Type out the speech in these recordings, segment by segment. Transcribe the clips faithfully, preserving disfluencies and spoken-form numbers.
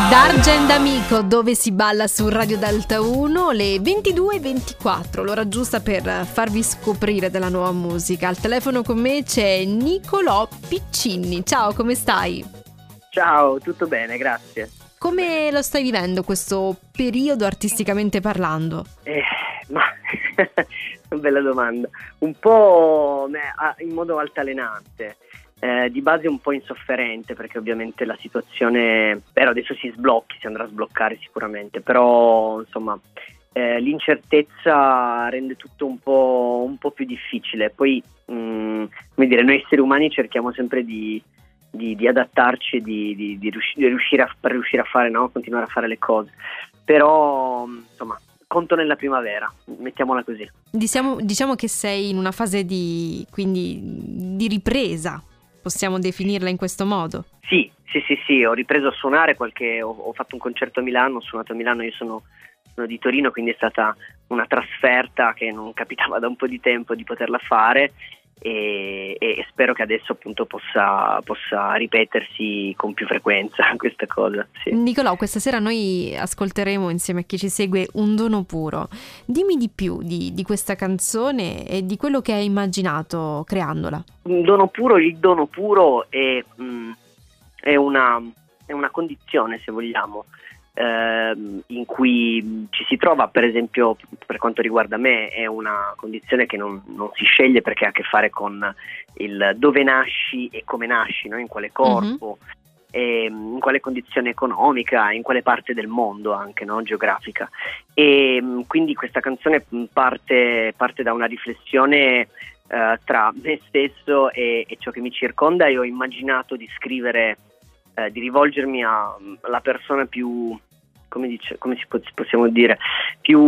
D'Argent Amico, dove si balla su Radio Delta uno, le ventidue e ventiquattro, l'ora giusta per farvi scoprire della nuova musica. Al telefono con me c'è Nicolò Piccinni. Ciao, come stai? Ciao, tutto bene, grazie. Come lo stai vivendo questo periodo artisticamente parlando? Eh, ma una bella domanda. Un po' in modo altalenante. Eh, di base un po' insofferente, perché ovviamente la situazione, però adesso si sblocchi, si andrà a sbloccare sicuramente, però insomma eh, l'incertezza rende tutto un po', un po' più difficile. Poi mh, come dire, noi esseri umani cerchiamo sempre di, di, di adattarci e di, di, di, riusci- di riuscire a, per riuscire a fare, no? Continuare a fare le cose, però insomma conto nella primavera, mettiamola così. Diciamo, diciamo che sei in una fase di, quindi, di ripresa. Possiamo definirla in questo modo? Sì, sì, sì, sì, ho ripreso a suonare qualche, ho, ho fatto un concerto a Milano, ho suonato a Milano, io sono, sono di Torino, quindi è stata una trasferta che non capitava da un po' di tempo di poterla fare e, e spero che adesso appunto possa, possa ripetersi con più frequenza questa cosa. Sì. Nicolò, questa sera noi ascolteremo insieme a chi ci segue Un dono puro. Dimmi di più di, di questa canzone e di quello che hai immaginato creandola. Un dono puro, il dono puro è, mh, è, una, è una condizione, se vogliamo, ehm, in cui ci si trova. Per esempio, per quanto riguarda me, è una condizione che non, non si sceglie, perché ha a che fare con il dove nasci e come nasci, no? In quale corpo, mm-hmm. e in quale condizione economica, in quale parte del mondo anche, no? Geografica. E quindi questa canzone parte, parte da una riflessione Uh, tra me stesso e, e ciò che mi circonda, e ho immaginato di scrivere, uh, di rivolgermi alla persona più, come, dice, come si può, possiamo dire, più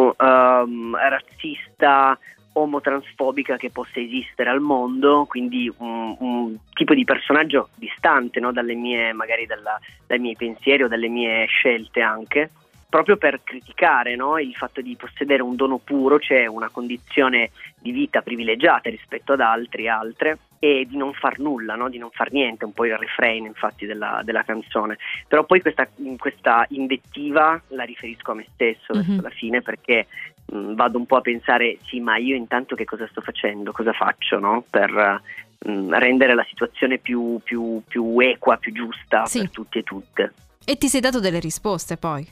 um, razzista, omotransfobica che possa esistere al mondo, quindi un, un tipo di personaggio distante, no, dalle mie, magari dalla, dai miei pensieri o dalle mie scelte anche, proprio per criticare, no, il fatto di possedere un dono puro, cioè una condizione di vita privilegiata rispetto ad altri, altre, e di non far nulla, no, di non far niente, un po' il refrain infatti della, della canzone. Però poi questa, questa invettiva la riferisco a me stesso verso mm-hmm. la fine, perché mh, vado un po' a pensare, sì, ma io intanto che cosa sto facendo, cosa faccio, no, per mh, rendere la situazione più, più, più equa, più giusta, sì, per tutti e tutte. E ti sei dato delle risposte poi?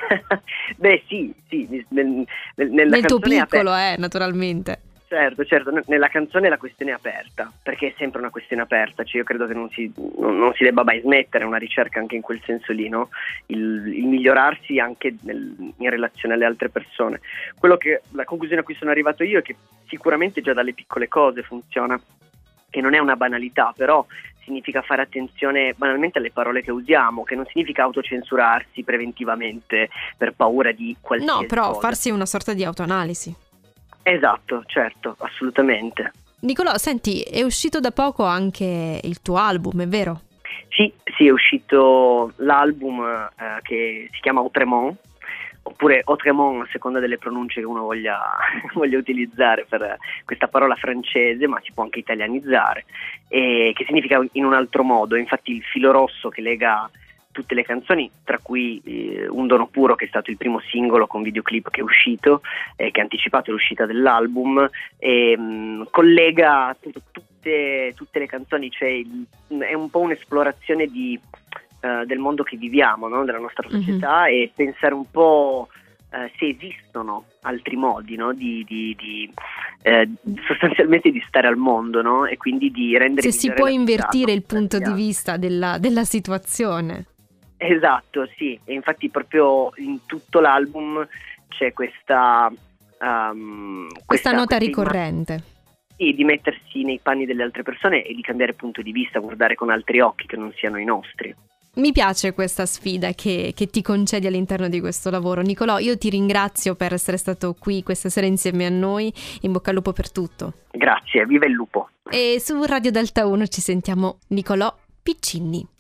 Beh sì, sì, nel, nel, nella nel tuo piccolo, aper- eh, naturalmente. Certo, certo, nella canzone la questione è aperta, perché è sempre una questione aperta, cioè io credo che non si, non, non si debba mai smettere una ricerca anche in quel senso lì, no? Il, il migliorarsi anche nel, in relazione alle altre persone. Quello che, la conclusione a cui sono arrivato io è che sicuramente già dalle piccole cose funziona, che non è una banalità, però significa fare attenzione banalmente alle parole che usiamo, che non significa autocensurarsi preventivamente per paura di qualsiasi No, però cosa. Farsi una sorta di autoanalisi. Esatto, certo, assolutamente. Nicolò, senti, è uscito da poco anche il tuo album, è vero? Sì, sì, è uscito l'album eh, che si chiama Autrement, oppure Autrement a seconda delle pronunce che uno voglia, voglia utilizzare per questa parola francese, ma si può anche italianizzare, e che significa in un altro modo. Infatti il filo rosso che lega tutte le canzoni, tra cui eh, Un dono puro, che è stato il primo singolo con videoclip che è uscito, eh, che ha anticipato l'uscita dell'album, e mh, collega appunto tutte, tutte le canzoni, cioè il, è un po' un'esplorazione di Uh, del mondo che viviamo, no? Della nostra società, mm-hmm. e pensare un po' uh, se esistono altri modi, no? di, di, di uh, sostanzialmente di stare al mondo, no? E quindi di rendere se si può invertire città, il punto di vista della, della situazione. Esatto, sì, e infatti proprio in tutto l'album c'è questa um, questa, questa nota questa ricorrente immagine. Sì, di mettersi nei panni delle altre persone e di cambiare punto di vista, guardare con altri occhi che non siano i nostri. Mi piace questa sfida che, che ti concedi all'interno di questo lavoro. Nicolò, io ti ringrazio per essere stato qui questa sera insieme a noi. In bocca al lupo per tutto. Grazie, viva il lupo. E su Radio Delta uno ci sentiamo Nicolò Piccinni.